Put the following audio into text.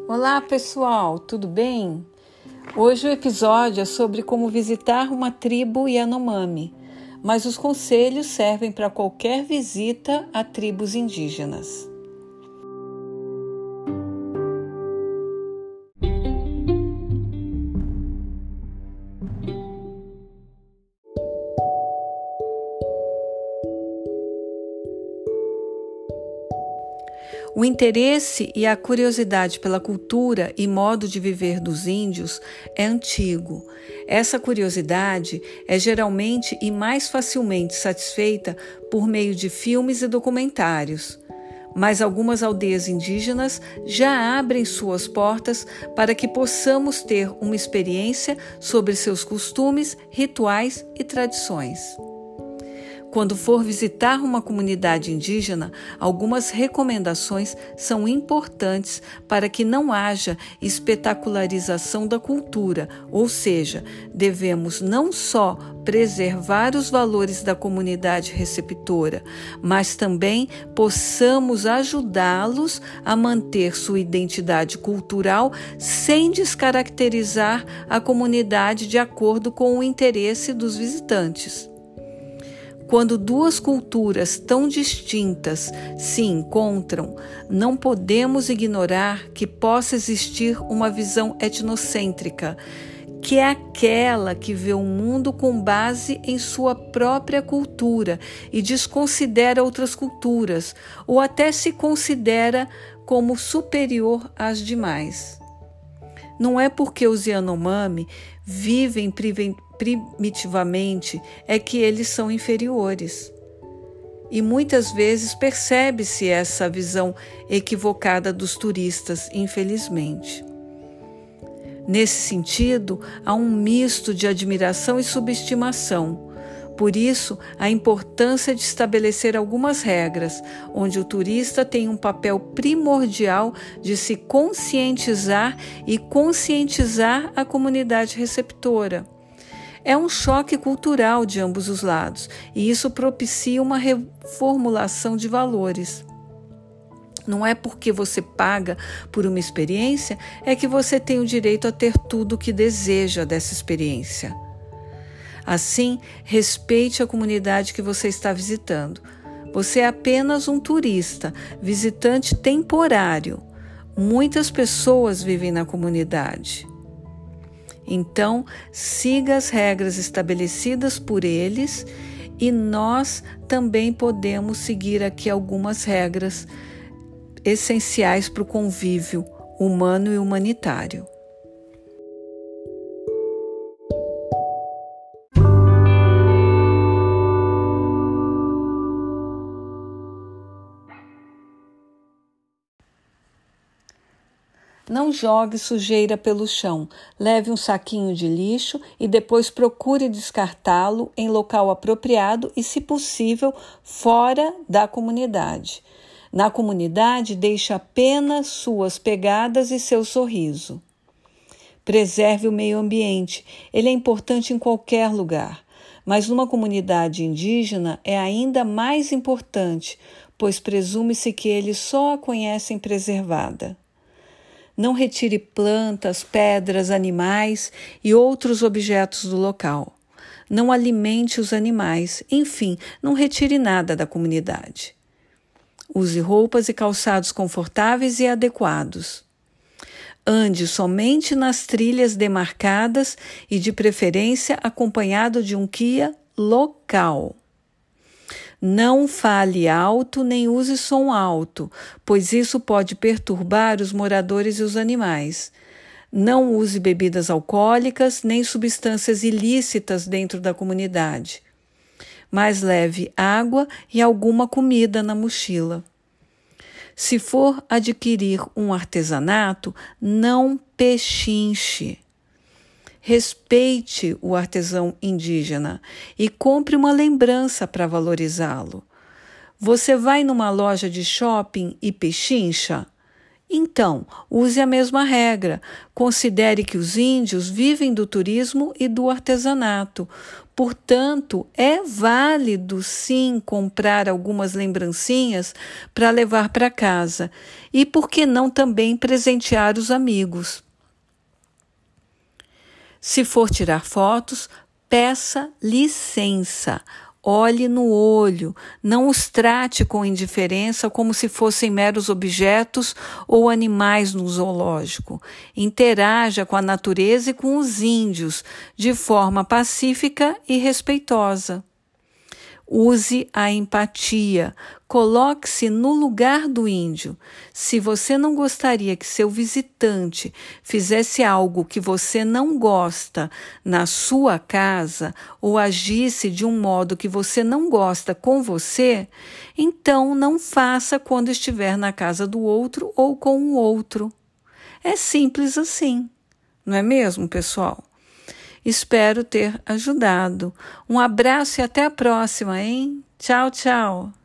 Olá pessoal, tudo bem? Hoje o episódio é sobre como visitar uma tribo Yanomami, mas os conselhos servem para qualquer visita a tribos indígenas. O interesse e a curiosidade pela cultura e modo de viver dos índios é antigo. Essa curiosidade é geralmente e mais facilmente satisfeita por meio de filmes e documentários. Mas algumas aldeias indígenas já abrem suas portas para que possamos ter uma experiência sobre seus costumes, rituais e tradições. Quando for visitar uma comunidade indígena, algumas recomendações são importantes para que não haja espetacularização da cultura, ou seja, devemos não só preservar os valores da comunidade receptora, mas também possamos ajudá-los a manter sua identidade cultural sem descaracterizar a comunidade de acordo com o interesse dos visitantes. Quando duas culturas tão distintas se encontram, não podemos ignorar que possa existir uma visão etnocêntrica, que é aquela que vê o mundo com base em sua própria cultura e desconsidera outras culturas, ou até se considera como superior às demais. Não é porque os Yanomami vivem primitivamente é que eles são inferiores. E muitas vezes percebe-se essa visão equivocada dos turistas, infelizmente. Nesse sentido, há um misto de admiração e subestimação. Por isso, a importância de estabelecer algumas regras, onde o turista tem um papel primordial de se conscientizar e conscientizar a comunidade receptora. É um choque cultural de ambos os lados, e isso propicia uma reformulação de valores. Não é porque você paga por uma experiência é que você tem o direito a ter tudo o que deseja dessa experiência. Assim, respeite a comunidade que você está visitando. Você é apenas um turista, visitante temporário. Muitas pessoas vivem na comunidade. Então, siga as regras estabelecidas por eles e nós também podemos seguir aqui algumas regras essenciais para o convívio humano e humanitário. Não jogue sujeira pelo chão. Leve um saquinho de lixo e depois procure descartá-lo em local apropriado e, se possível, fora da comunidade. Na comunidade, deixe apenas suas pegadas e seu sorriso. Preserve o meio ambiente. Ele é importante em qualquer lugar, mas numa comunidade indígena é ainda mais importante, pois presume-se que eles só a conhecem preservada. Não retire plantas, pedras, animais e outros objetos do local. Não alimente os animais. Enfim, não retire nada da comunidade. Use roupas e calçados confortáveis e adequados. Ande somente nas trilhas demarcadas e, de preferência, acompanhado de um guia local. Não fale alto nem use som alto, pois isso pode perturbar os moradores e os animais. Não use bebidas alcoólicas nem substâncias ilícitas dentro da comunidade, mas leve água e alguma comida na mochila. Se for adquirir um artesanato, não pechinche. Respeite o artesão indígena e compre uma lembrança para valorizá-lo. Você vai numa loja de shopping e pechincha? Então, use a mesma regra. Considere que os índios vivem do turismo e do artesanato. Portanto, é válido sim comprar algumas lembrancinhas para levar para casa e, por que não, também presentear os amigos. Se for tirar fotos, peça licença. Olhe no olho, não os trate com indiferença como se fossem meros objetos ou animais no zoológico. Interaja com a natureza e com os índios de forma pacífica e respeitosa. Use a empatia, coloque-se no lugar do índio. Se você não gostaria que seu visitante fizesse algo que você não gosta na sua casa ou agisse de um modo que você não gosta com você, então não faça quando estiver na casa do outro ou com o outro. É simples assim, não é mesmo, pessoal? Espero ter ajudado. Um abraço e até a próxima, hein? Tchau, tchau.